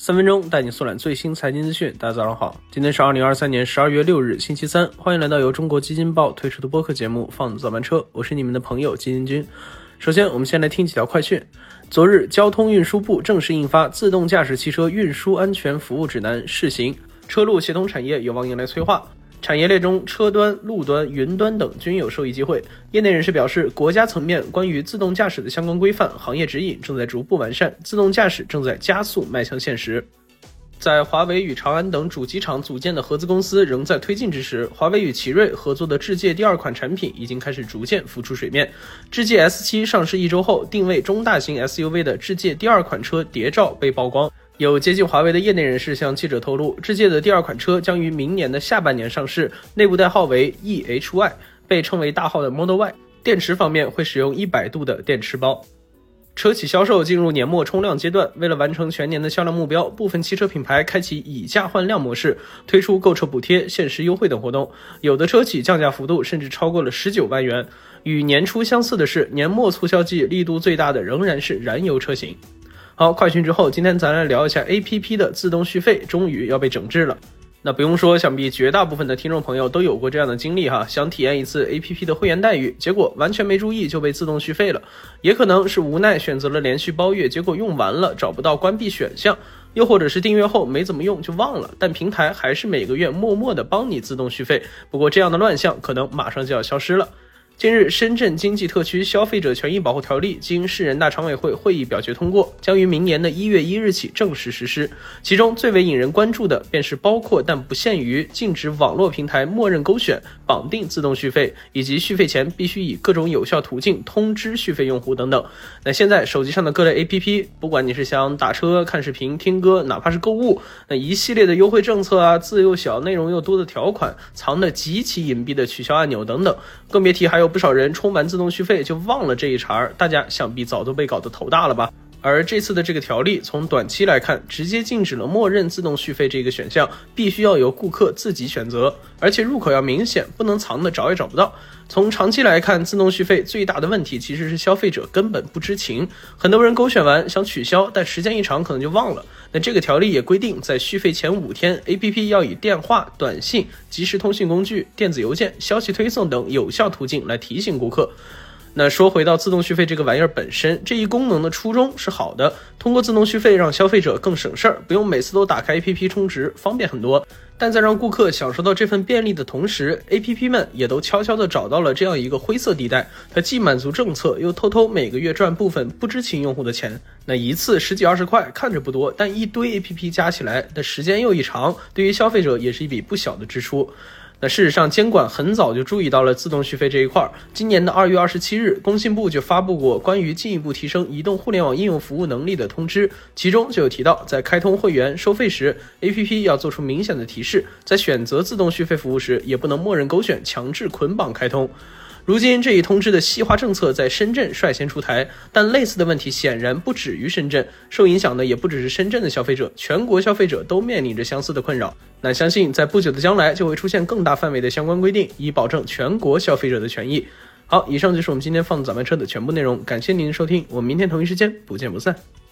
分钟带你速览最新财经资讯。大家早上好，今天是2023年12月6日星期三，欢迎来到由中国基金报推出的播客节目放早班车，我是你们的朋友基金君。首先我们先来听几条快讯。昨日交通运输部正式印发自动驾驶汽车运输安全服务指南试行，车路协同产业有望迎来催化。产业链中车端、路端、云端等均有受益机会。业内人士表示，国家层面关于自动驾驶的相关规范、行业指引正在逐步完善，自动驾驶正在加速迈向现实。在华为与长安等主机厂组建的合资公司仍在推进之时，华为与奇瑞合作的智界第二款产品已经开始逐渐浮出水面。智界 S7 上市1周后，定位中大型 SUV 的智界第二款车谍照被曝光。有接近华为的业内人士向记者透露，智界的第二款车将于明年的下半年上市，内部代号为 EHY， 被称为大号的 Model Y。 电池方面会使用100度的电池包。车企销售进入年末冲量阶段，为了完成全年的销量目标，部分汽车品牌开启以价换量模式，推出购车补贴、限时优惠等活动，有的车企降价幅度甚至超过了19万元。与年初相似的是，年末促销季力度最大的仍然是燃油车型。好，快讯之后，今天咱来聊一下 APP 的自动续费终于要被整治了。那不用说，想必绝大部分的听众朋友都有过这样的经历哈，想体验一次 APP 的会员待遇，结果完全没注意就被自动续费了。也可能是无奈选择了连续包月，结果用完了找不到关闭选项，又或者是订阅后没怎么用就忘了，但平台还是每个月默默的帮你自动续费。不过这样的乱象可能马上就要消失了。近日，深圳经济特区消费者权益保护条例经市人大常委会会议表决通过，将于明年的1月1日起正式实施。其中最为引人关注的便是包括但不限于禁止网络平台默认勾选、绑定自动续费，以及续费前必须以各种有效途径通知续费用户等等。那现在手机上的各类 APP， 不管你是想打车、看视频、听歌，哪怕是购物，那一系列的优惠政策啊，字又小、内容又多的条款，藏得极其隐蔽的取消按钮等等，更别提还有不少人充完自动续费就忘了这一茬，大家想必早都被搞得头大了吧。而这次的这个条例从短期来看，直接禁止了默认自动续费这个选项，必须要由顾客自己选择，而且入口要明显，不能藏的找也找不到。从长期来看，自动续费最大的问题其实是消费者根本不知情，很多人勾选完想取消，但时间一长可能就忘了。那这个条例也规定，在续费前5天 APP 要以电话、短信、即时通讯工具、电子邮件、消息推送等有效途径来提醒顾客。那说回到自动续费这个玩意儿本身，这一功能的初衷是好的，通过自动续费让消费者更省事儿，不用每次都打开 APP 充值，方便很多。但在让顾客享受到这份便利的同时， APP 们也都悄悄地找到了这样一个灰色地带，它既满足政策，又偷偷每个月赚部分不知情用户的钱。那一次10几20块看着不多，但一堆 APP 加起来，那时间又一长，对于消费者也是一笔不小的支出。那事实上，监管很早就注意到了自动续费这一块。今年的2月27日，工信部就发布过关于进一步提升移动互联网应用服务能力的通知，其中就有提到，在开通会员收费时 ，APP 要做出明显的提示，在选择自动续费服务时，也不能默认勾选强制捆绑开通。如今这一通知的细化政策在深圳率先出台，但类似的问题显然不止于深圳，受影响的也不只是深圳的消费者，全国消费者都面临着相似的困扰。那相信在不久的将来就会出现更大范围的相关规定，以保证全国消费者的权益。好，以上就是我们今天放早班车的全部内容，感谢您的收听，我们明天同一时间不见不散。